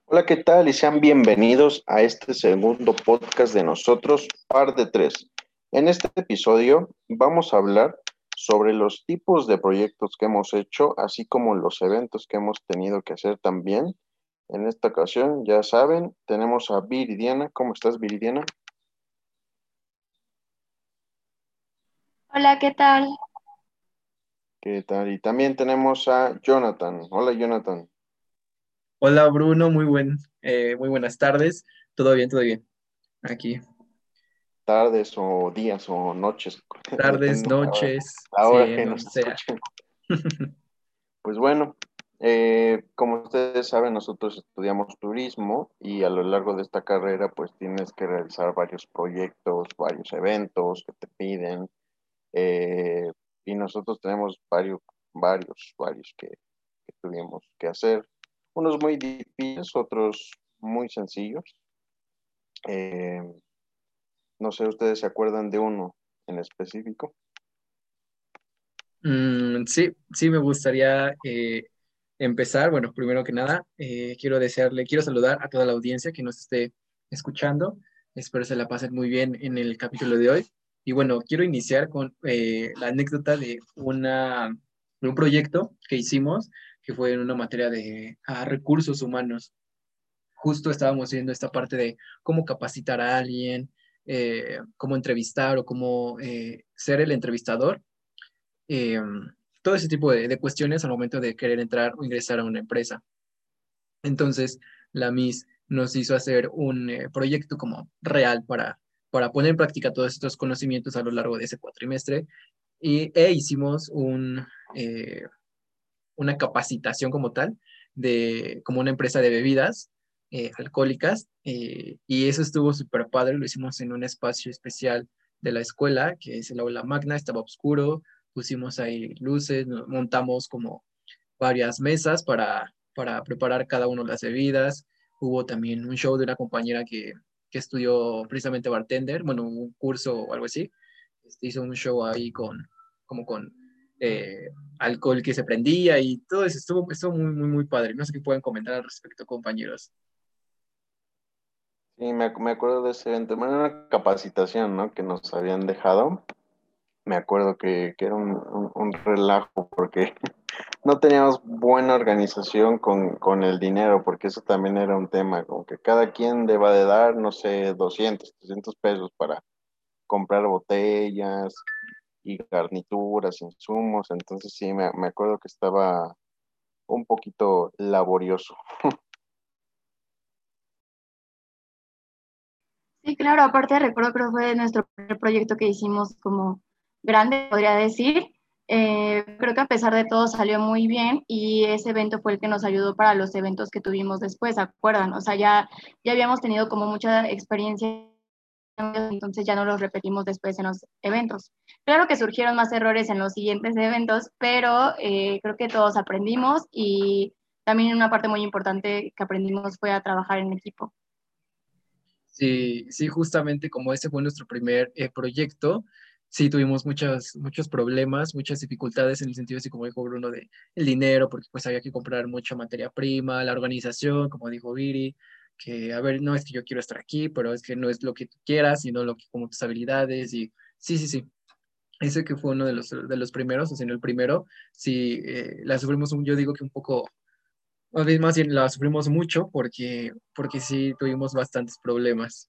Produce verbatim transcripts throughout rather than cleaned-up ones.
Hola, ¿qué tal? Y sean bienvenidos a este segundo podcast de nosotros, Par de Tres. En este episodio vamos a hablar sobre los tipos de proyectos que hemos hecho, así como los eventos que hemos tenido que hacer también. En esta ocasión, ya saben, tenemos a Viridiana. ¿Cómo estás, Viridiana? Hola, ¿qué tal? ¿Qué tal? Y también tenemos a Jonathan. Hola, Jonathan. Hola Bruno, muy buen, eh, muy buenas tardes. Todo bien, todo bien. Aquí. Tardes o días o noches, Tardes, depende de la hora, noches, la sí, hora en que nos donde sea. escuchen. Pues bueno, eh, como ustedes saben, nosotros estudiamos turismo y a lo largo de esta carrera pues tienes que realizar varios proyectos, varios eventos que te piden, eh, y nosotros tenemos varios, varios, varios que, que tuvimos que hacer. Unos muy difíciles, otros muy sencillos. Eh, no sé, ¿ustedes se acuerdan de uno en específico? Mm, sí, sí, me gustaría eh, empezar. Bueno, primero que nada, eh, quiero desearle, quiero saludar a toda la audiencia que nos esté escuchando. Espero se la pasen muy bien en el capítulo de hoy. Y bueno, quiero iniciar con eh, la anécdota de, una, de un proyecto que hicimos, que fue en una materia de ah, recursos humanos. Justo estábamos viendo esta parte de cómo capacitar a alguien, eh, cómo entrevistar o cómo eh, ser el entrevistador, eh, todo ese tipo de, de cuestiones al momento de querer entrar o ingresar a una empresa. Entonces, la Miss nos hizo hacer un eh, proyecto como real para, para poner en práctica todos estos conocimientos a lo largo de ese cuatrimestre y, e hicimos un, eh, una capacitación como tal, de, como una empresa de bebidas eh, alcohólicas, eh, y eso estuvo súper padre, lo hicimos en un espacio especial de la escuela, que es el aula magna, estaba oscuro, pusimos ahí luces, montamos como varias mesas para, para preparar cada uno las bebidas, hubo también un show de una compañera que, que estudió precisamente bartender, bueno, un curso o algo así, este, hizo un show ahí con, como con eh, alcohol que se prendía y todo eso estuvo, estuvo muy, muy, muy padre. No sé qué pueden comentar al respecto, compañeros. Sí, me, ac- me acuerdo de ese evento. Bueno, una capacitación, ¿no? Que nos habían dejado. Me acuerdo que, que era un, un- un relajo porque no teníamos buena organización con, con el dinero, porque eso también era un tema, como que cada quien deba de dar, no sé, doscientos trescientos pesos para comprar botellas y garnituras, insumos. Entonces sí, me, me acuerdo que estaba un poquito laborioso. Sí, claro, aparte recuerdo que fue nuestro primer proyecto que hicimos como grande, podría decir. Eh, creo que a pesar de todo salió muy bien y ese evento fue el que nos ayudó para los eventos que tuvimos después, ¿se acuerdan? O sea, ya, ya habíamos tenido como mucha experiencia, entonces ya no los repetimos después en los eventos. Claro que surgieron más errores en los siguientes eventos, pero eh, creo que todos aprendimos y también una parte muy importante que aprendimos fue a trabajar en equipo. Sí, sí, justamente como ese fue nuestro primer eh, proyecto, sí tuvimos muchas, muchos problemas, muchas dificultades en el sentido, así como dijo Bruno, de el dinero, porque pues había que comprar mucha materia prima, la organización, como dijo Viri, que a ver, no es que yo quiero estar aquí, pero es que no es lo que tú quieras, sino lo que como tus habilidades y sí, sí, sí. Ese que fue uno de los, de los primeros, o sea, no el primero, sí, eh, la sufrimos, un, yo digo que un poco, más bien más bien la sufrimos mucho porque, porque sí tuvimos bastantes problemas.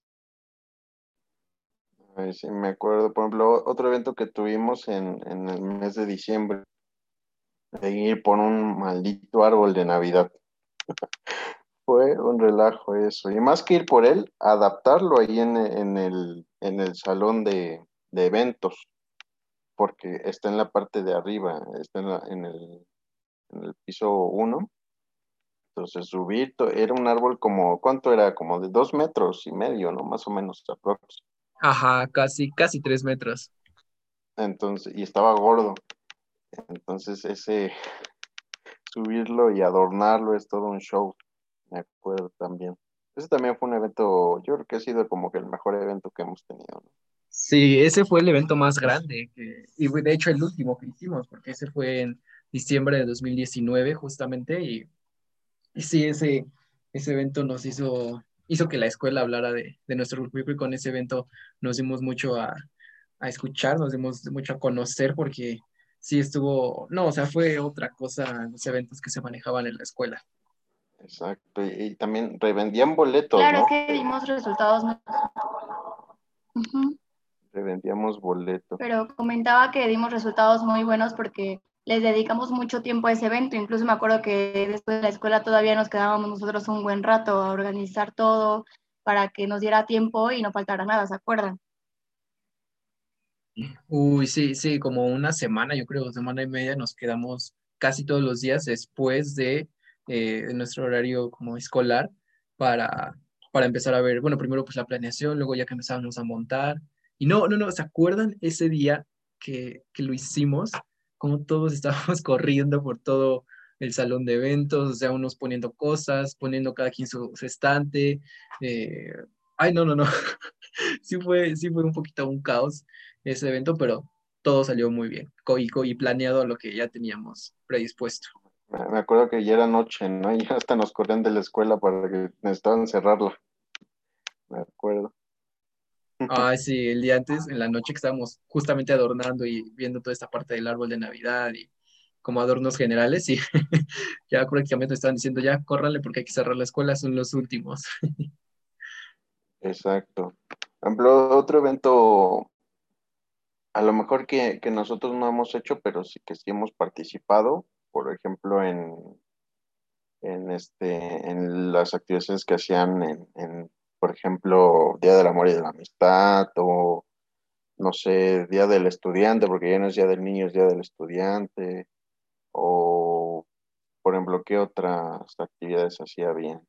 Ay, sí, me acuerdo, por ejemplo, otro evento que tuvimos en, en el mes de diciembre, de ir por un maldito árbol de Navidad. Fue un relajo eso. Y más que ir por él, adaptarlo ahí en, en el, en el salón de, de eventos, porque está en la parte de arriba, está en, la- en el, en el piso uno. Entonces subir, to- era un árbol como, ¿cuánto era? Como de dos metros y medio, ¿no? Más o menos, aprox. Ajá, casi, casi tres metros. Entonces, y estaba gordo. Entonces, ese subirlo y adornarlo es todo un show, me acuerdo también. Ese también fue un evento, yo creo que ha sido como que el mejor evento que hemos tenido, ¿no? Sí, ese fue el evento más grande que, y fue de hecho el último que hicimos, porque ese fue en diciembre de dos mil diecinueve justamente, y, y sí, ese, ese evento nos hizo, hizo que la escuela hablara de, de nuestro grupo y con ese evento nos dimos mucho a, a escuchar, nos dimos mucho a conocer porque sí estuvo, no, o sea, fue otra cosa los eventos que se manejaban en la escuela. Exacto. Y, y también revendían boletos, Claro, es ¿no? que dimos resultados muy... Ujú. Revendíamos boletos. Pero comentaba que dimos resultados muy buenos porque les dedicamos mucho tiempo a ese evento. Incluso me acuerdo que después de la escuela todavía nos quedábamos nosotros un buen rato a organizar todo para que nos diera tiempo y no faltara nada, ¿se acuerdan? Uy, sí, sí, como una semana, yo creo, semana y media, nos quedamos casi todos los días después de, eh, de nuestro horario como escolar para, para empezar a ver, bueno, primero pues la planeación, luego ya que empezábamos a montar. Y no, no, no, ¿se acuerdan ese día que, que lo hicimos? Como todos estábamos corriendo por todo el salón de eventos, o sea, unos poniendo cosas, poniendo cada quien su, su estante. eh, Ay, no, no, no. Sí fue, sí fue un poquito un caos ese evento, pero todo salió muy bien co- y, co- y planeado a lo que ya teníamos predispuesto. Me, me acuerdo que ya era noche, ¿no? Y hasta nos corrían de la escuela para que necesitaban cerrarla. Me acuerdo. Ah, sí, el día antes, en la noche que estábamos justamente adornando y viendo toda esta parte del árbol de Navidad y como adornos generales, y ya prácticamente estaban diciendo, ya, córranle porque hay que cerrar la escuela, son los últimos. Exacto. Por ejemplo, otro evento, a lo mejor que, que nosotros no hemos hecho, pero sí que sí hemos participado, por ejemplo, en, en, este, en las actividades que hacían en, en, por ejemplo, Día del Amor y de la Amistad, o no sé, Día del Estudiante, porque ya no es Día del Niño, es Día del Estudiante, o, por ejemplo, ¿qué otras actividades hacía bien?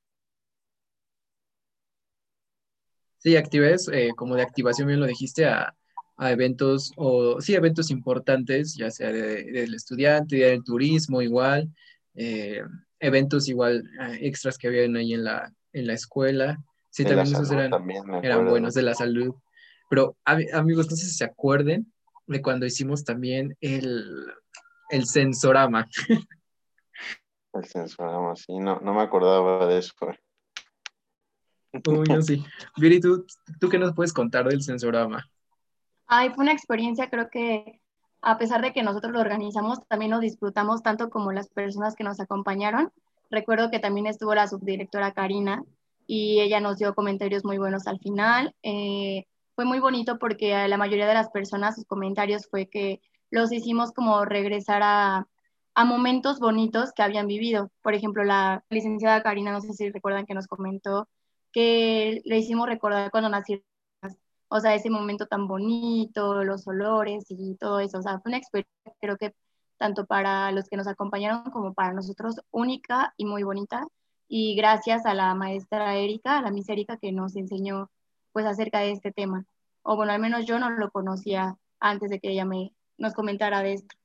Sí, actividades eh, como de activación, bien lo dijiste, a, a eventos o sí, eventos importantes, ya sea de- del estudiante, día del turismo, igual, eh, eventos igual eh, extras que habían ahí en la, en la escuela. Sí, De la también esos salud eran, también, me eran buenos acuerdo. de la salud. Pero ami- amigos, no sé si se acuerden de cuando hicimos también el, el sensorama. El sensorama, sí, no, no me acordaba de eso. Uy, yo sí. Viri, ¿tú, ¿tú qué nos puedes contar del sensorama? Ay, fue una experiencia, creo que a pesar de que nosotros lo organizamos, también lo disfrutamos tanto como las personas que nos acompañaron. Recuerdo que también estuvo la subdirectora Karina y ella nos dio comentarios muy buenos al final. Eh, fue muy bonito porque a la mayoría de las personas sus comentarios fue que los hicimos como regresar a, a momentos bonitos que habían vivido. Por ejemplo, la licenciada Karina, no sé si recuerdan que nos comentó que le hicimos recordar cuando nació, o sea, ese momento tan bonito, los olores y todo eso. O sea, fue una experiencia, creo que tanto para los que nos acompañaron como para nosotros única y muy bonita. Y gracias a la maestra Erika, a la Miss Erika, que nos enseñó pues acerca de este tema. O bueno, al menos yo no lo conocía antes de que ella me, nos comentara de esto.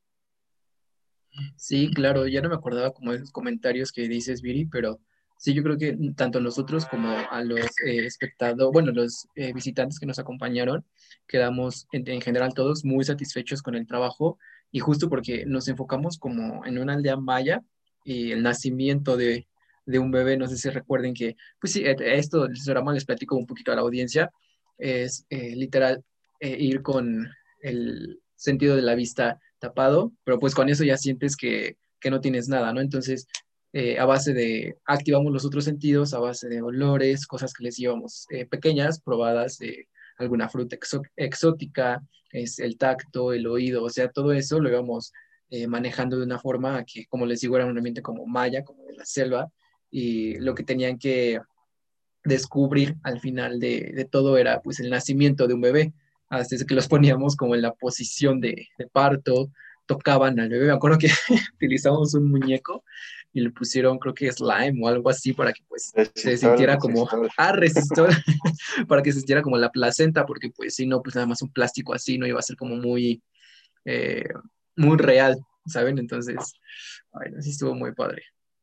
Sí, claro, ya no me acordaba como de esos comentarios que dices, Viri, pero sí, yo creo que tanto nosotros como a los eh, espectadores, bueno, los eh, visitantes que nos acompañaron, quedamos en, en general todos muy satisfechos con el trabajo y justo porque nos enfocamos como en una aldea maya y el nacimiento de, de un bebé, no sé si recuerden que, pues sí, eh, esto, el programa les platico un poquito a la audiencia, es eh, literal eh, ir con el sentido de la vista tapado, pero pues con eso ya sientes que, que no tienes nada, ¿no? Entonces, eh, a base de, activamos los otros sentidos, a base de olores, cosas que les llevamos eh, pequeñas, probadas de alguna fruta exo- exótica, es el tacto, el oído, o sea, todo eso lo íbamos eh, manejando de una forma que, como les digo, era un ambiente como maya, como de la selva, y lo que tenían que descubrir al final de, de todo era pues el nacimiento de un bebé, hasta que los poníamos como en la posición de, de parto, tocaban al bebé, me acuerdo que utilizamos un muñeco y le pusieron creo que slime o algo así para que pues se Resistor, sintiera como, resistor. ah, resistor, para que se sintiera como la placenta, porque pues si no, pues nada más un plástico así no iba a ser como muy, eh, muy real, ¿saben? Entonces, ay, no, sí estuvo muy padre.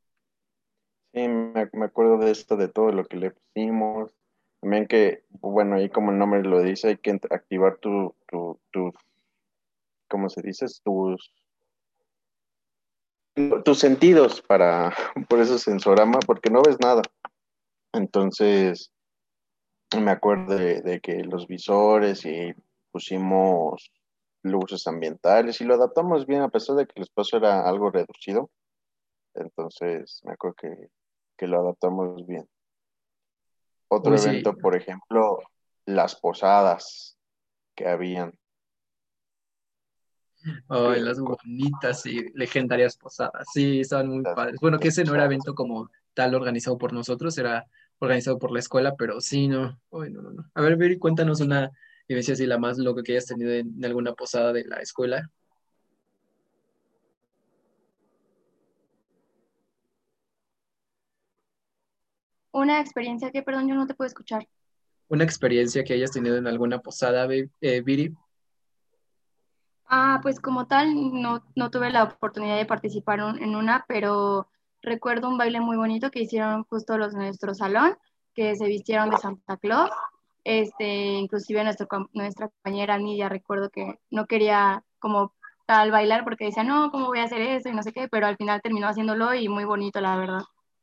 Sí, me, me acuerdo de esto, de todo lo que le pusimos. También que, bueno, ahí como el nombre lo dice, hay que ent- activar tu, tu, tus, ¿cómo se dice? Tus, tus sentidos para, por eso sensorama, porque no ves nada. Entonces, me acuerdo de, de que los visores y pusimos luces ambientales y lo adaptamos bien a pesar de que el espacio era algo reducido. Entonces, me acuerdo que, que lo adaptamos bien. Otro Uy, sí. evento, por ejemplo, las posadas que habían. Ay, Que, las bonitas y legendarias posadas. Sí, estaban muy las padres. Bueno, que ese no era posadas. evento como tal organizado por nosotros, era organizado por la escuela, pero sí, no. Ay, no, no, no. A ver, Viri, cuéntanos una vivencia así, la más loca que hayas tenido en, en alguna posada de la escuela. Una experiencia que, perdón, yo no te puedo escuchar. Una experiencia que hayas tenido en alguna posada, Ve- eh, Viri. Ah, pues como tal, no, no tuve la oportunidad de participar un- en una, pero recuerdo un baile muy bonito que hicieron justo los de nuestro salón, que se vistieron de Santa Claus. Este, inclusive nuestro, com- nuestra compañera Nidia, recuerdo que no quería como tal bailar porque decía, no, ¿cómo voy a hacer eso? Y no sé qué, pero al final terminó haciéndolo y muy bonito, la verdad.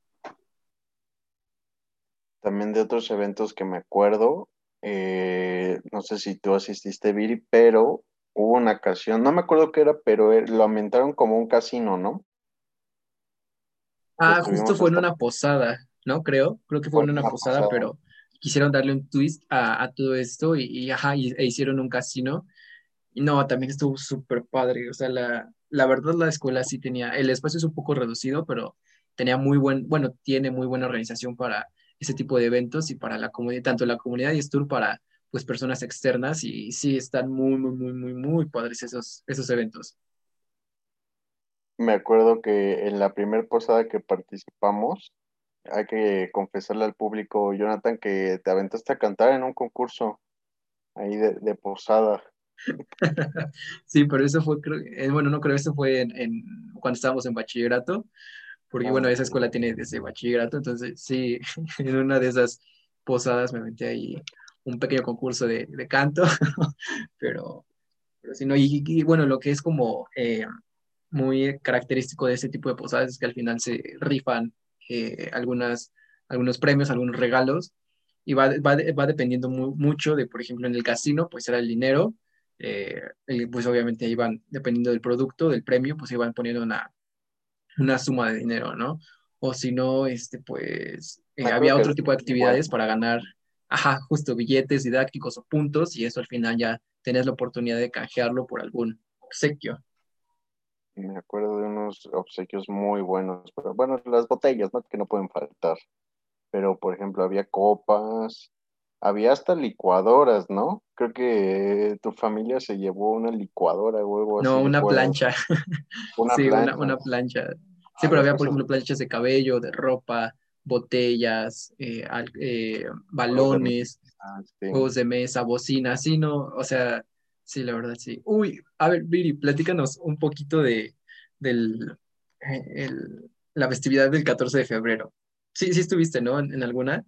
También de otros eventos que me acuerdo, eh, no sé si tú asististe, Viri, pero hubo una ocasión, no me acuerdo qué era, pero eh, lo ambientaron como un casino, ¿no? Que Ah, justo estuvimos fue en hasta una posada, ¿no? Creo, creo que fue por en una una posada, pasada. pero quisieron darle un twist a, a todo esto y, y, ajá, y- e hicieron un casino. Y no, también estuvo súper padre. O sea, la, la verdad la escuela sí tenía, el espacio es un poco reducido, pero tenía muy buen, bueno, tiene muy buena organización para ese tipo de eventos y para la comunidad, tanto la comunidad y Tour para pues personas externas y sí están muy, muy, muy, muy, muy padres esos, esos eventos. Me acuerdo que en la primer posada que participamos, hay que confesarle al público, Jonathan, que te aventaste a cantar en un concurso ahí de, de posada. Sí, pero eso fue, creo, eh, bueno, no creo, eso fue en, en- cuando estábamos en bachillerato, porque bueno, Ah, esa escuela tiene desde bachillerato, entonces sí, en una de esas posadas me metí ahí un pequeño concurso de, de canto, pero, pero sí, no, y, y bueno, lo que es como eh, muy característico de ese tipo de posadas es que al final se rifan eh, algunas, algunos premios, algunos regalos, y va, va, va dependiendo mu- mucho de, por ejemplo, en el casino, pues era el dinero, eh, y pues obviamente ahí van, dependiendo del producto, del premio, pues iban poniendo una, una suma de dinero, ¿no? O si no, este, pues me eh, acuerdo había que otro es tipo de igual. actividades para ganar, ajá, justo billetes didácticos o puntos, y eso al final ya tenías la oportunidad de canjearlo por algún obsequio. Me acuerdo de unos obsequios muy buenos, pero bueno, las botellas, ¿no? Que no pueden faltar. Pero, por ejemplo, había copas, había hasta licuadoras, ¿no? Creo que tu familia se llevó una licuadora o algo No, así, una recuerdo. plancha. Una Sí, una, plancha. una plancha. Sí, Ah, pero las había, por cosas ejemplo, planchas de cabello, de ropa, botellas, eh, al- eh, juegos de balones, mesa, sí. juegos de mesa, bocinas, sí, no, o sea, sí, la verdad, sí. Uy, a ver, Viri, platícanos un poquito de del, eh, el- la festividad del catorce de febrero. Sí, sí estuviste, ¿no? En, en alguna.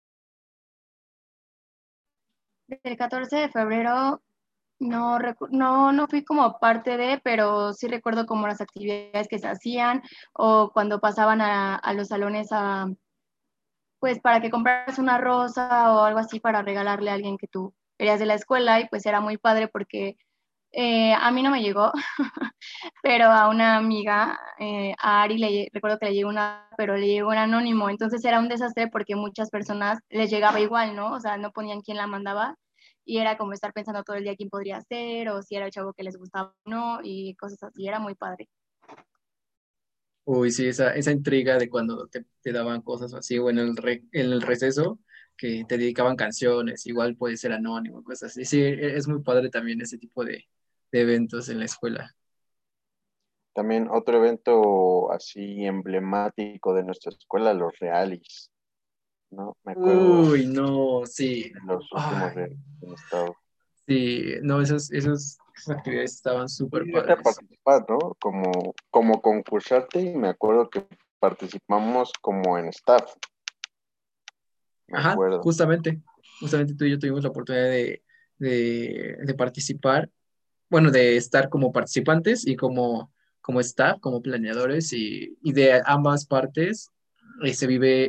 Del catorce de febrero no, recu- no, no fui como parte de, pero sí recuerdo como las actividades que se hacían o cuando pasaban a, a los salones a, pues para que compraras una rosa o algo así para regalarle a alguien que tú eras de la escuela y pues era muy padre porque eh, a mí no me llegó, pero a una amiga, eh, a Ari, le, recuerdo que le llegó una, pero le llegó un anónimo, entonces era un desastre porque muchas personas les llegaba igual, ¿no? O sea, no ponían quién la mandaba y era como estar pensando todo el día quién podría ser o si era el chavo que les gustaba o no y cosas así, era muy padre. Uy, sí, esa, esa intriga de cuando te, te daban cosas así, o en el, re- en el receso, que te dedicaban canciones, igual puede ser anónimo, cosas así. Sí, e- es muy padre también ese tipo de, de eventos en la escuela. También otro evento así emblemático de nuestra escuela, los realis, ¿no? Me acuerdo Uy, no, sí. de los últimos Ay, realis que han estado. sí, no, esas, esas, esas actividades estaban Sí, súper llegaste a padres. participar, ¿no? Como, como concursante y me acuerdo que participamos como en staff, me Ajá, acuerdo. justamente, justamente tú y yo tuvimos la oportunidad de, de, de participar, bueno, de estar como participantes y como, como staff, como planeadores y, y de ambas partes eh, se vive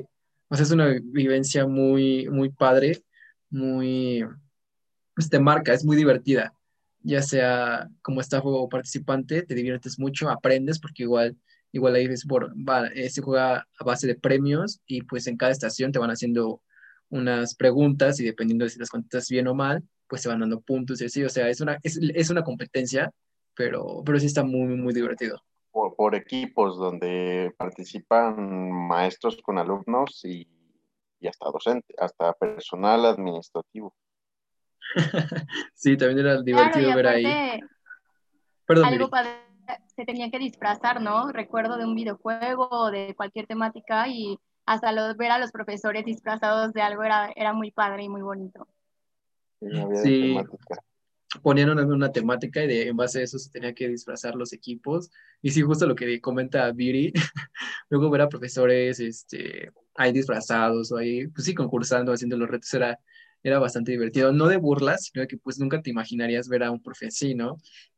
O sea, es una vivencia muy, muy padre, muy, pues te marca, es muy divertida. Ya sea como staff o participante, te diviertes mucho, aprendes, porque igual, igual ahí es por, va, eh, se juega a base de premios y pues en cada estación te van haciendo unas preguntas y dependiendo de si las contestas bien o mal, pues te van dando puntos y así. O sea, es una, es, es una competencia, pero, pero sí está muy, muy divertido. Por, por equipos donde participan maestros con alumnos y, y hasta docente, hasta personal administrativo. Sí, también era Claro, y divertido ver ahí. aparte, Perdón, algo Miri. padre, se tenía que disfrazar, ¿no? Recuerdo de un videojuego o de cualquier temática y hasta lo, ver a los profesores disfrazados de algo era, era muy padre y muy bonito. Sí, había de Sí, temática. ponían una, una temática y de, en base a eso se tenía que disfrazar los equipos. Y sí, justo lo que comenta Viri, luego ver a profesores este, ahí disfrazados o ahí, pues sí, concursando, haciendo los retos, era, era bastante divertido. No de burlas, sino que pues nunca te imaginarías ver a un profe así, ¿no?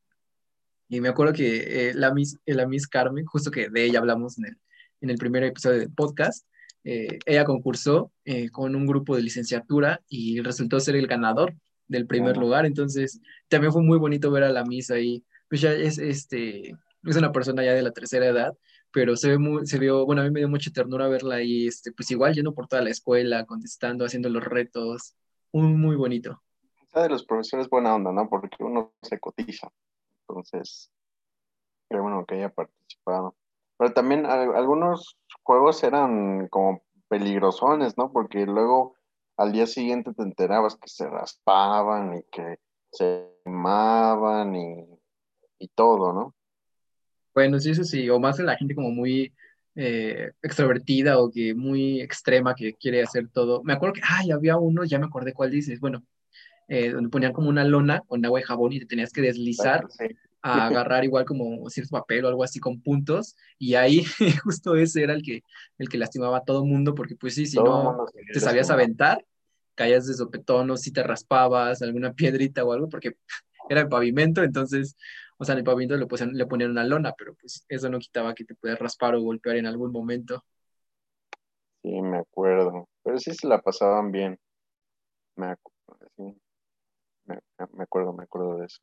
Y me acuerdo que eh, la, Miss, eh, la Miss Carmen, justo que de ella hablamos en el, en el primer episodio del podcast, eh, ella concursó eh, con un grupo de licenciatura y resultó ser el ganador del primer Bueno, lugar. Entonces, también fue muy bonito ver a la Miss ahí. Pues ya es, este, es una persona ya de la tercera edad, pero se ve muy, se vio, bueno, a mí me dio mucha ternura verla ahí, este, pues igual yendo por toda la escuela, contestando, haciendo los retos. Muy, muy bonito. esa de los profesores buena onda, ¿no? Porque uno se cotiza. Entonces, qué bueno que haya participado. Pero también al- algunos juegos eran como peligrosones, ¿no? Porque luego al día siguiente te enterabas que se raspaban y que se quemaban y, y todo, ¿no? Bueno, sí, eso sí, o más de la gente como muy eh, extrovertida o que muy extrema que quiere hacer todo. Me acuerdo que, ay, había uno, ya me acordé cuál dices, bueno, eh, donde ponían como una lona con agua y jabón y te tenías que deslizar Sí. a agarrar igual como cierto papel o algo así con puntos y ahí justo ese era el que, el que lastimaba a todo mundo porque pues sí, si Todo el no mundo se te sabías lastimaba. aventar, caías de sopetón o si te raspabas alguna piedrita o algo porque era el pavimento, entonces, o sea, en el pavimento le, ponían- le ponían una lona, pero pues eso no quitaba que te pudieras raspar o golpear en algún momento. Sí, me acuerdo. Pero sí se la pasaban bien. Me, acu- sí, me, me acuerdo, me acuerdo de eso.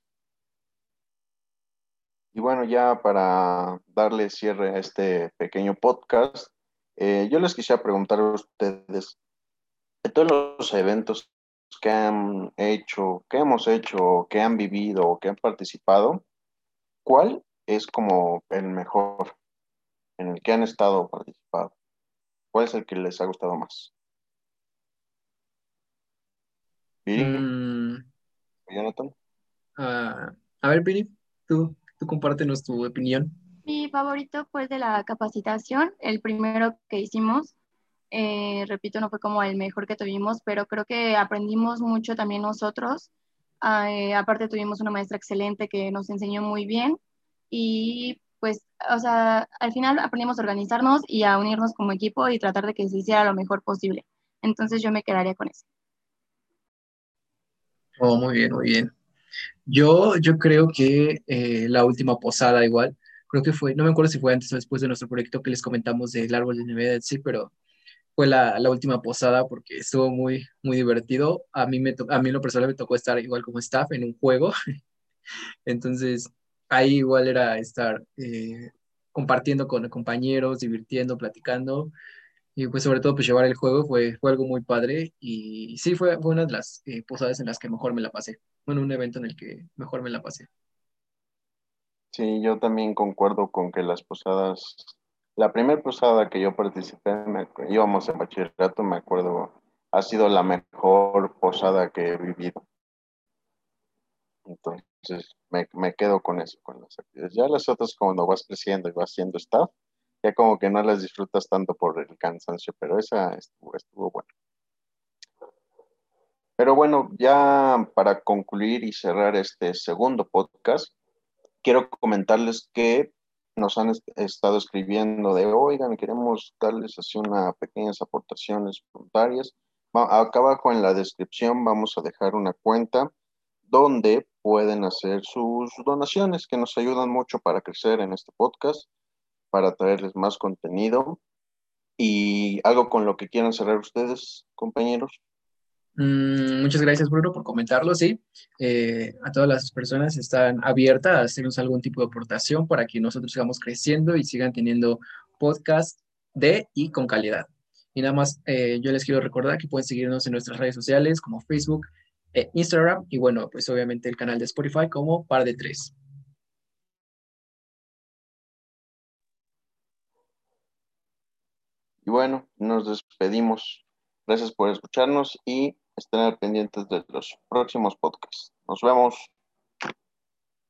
Y bueno, ya para darle cierre a este pequeño podcast, eh, yo les quisiera preguntar a ustedes, de todos los eventos que han hecho, que hemos hecho, que han vivido o que han participado, ¿cuál es como el mejor en el que han estado participado? ¿Cuál es el que les ha gustado más? ¿Viri? Mm, ¿Jonathan? ah, a ver, Piri, tú, tú compártenos tu opinión. Mi favorito fue el de la capacitación, el primero que hicimos. Eh, repito, no fue como el mejor que tuvimos, pero creo que aprendimos mucho también nosotros. Ah, eh, aparte tuvimos una maestra excelente que nos enseñó muy bien y pues, o sea, al final aprendimos a organizarnos y a unirnos como equipo y tratar de que se hiciera lo mejor posible. Entonces yo me quedaría con eso. Oh, muy bien, muy bien. Yo, yo creo que eh, la última posada igual, creo que fue, no me acuerdo si fue antes o después de nuestro proyecto que les comentamos del árbol de Navidad, sí, pero fue la, la última posada porque estuvo muy, muy divertido. A mí, me to- a mí en lo personal me tocó estar igual como staff en un juego, entonces ahí igual era estar eh, compartiendo con compañeros, divirtiendo, platicando y pues sobre todo pues llevar el juego fue, fue algo muy padre y sí fue, fue una de las eh, posadas en las que mejor me la pasé. Bueno, un evento en el que mejor me la pasé. Sí, yo también concuerdo con que las posadas, la primera posada que yo participé, me acu- íbamos en bachillerato, me acuerdo, ha sido la mejor posada que he vivido. Entonces, me, me quedo con eso, con las actividades. Ya las otras, cuando vas creciendo y vas siendo staff, ya como que no las disfrutas tanto por el cansancio, pero esa estuvo, estuvo buena. Pero bueno, ya para concluir y cerrar este segundo podcast, quiero comentarles que nos han est- estado escribiendo de, oigan, queremos darles así unas pequeñas aportaciones voluntarias. Va- acá abajo en la descripción vamos a dejar una cuenta donde pueden hacer sus donaciones que nos ayudan mucho para crecer en este podcast, para traerles más contenido ¿Y algo con lo que quieran cerrar ustedes, compañeros? Mm, muchas gracias, Bruno, por comentarlo. Sí, Eh, a todas las personas están abiertas a hacernos algún tipo de aportación para que nosotros sigamos creciendo y sigan teniendo podcast de y con calidad. Y nada más, eh, yo les quiero recordar que pueden seguirnos en nuestras redes sociales como Facebook, e Instagram y bueno, pues obviamente el canal de Spotify como Par de Tres. Y bueno, nos despedimos. Gracias por escucharnos y estén al pendientes de los próximos podcasts. Nos vemos.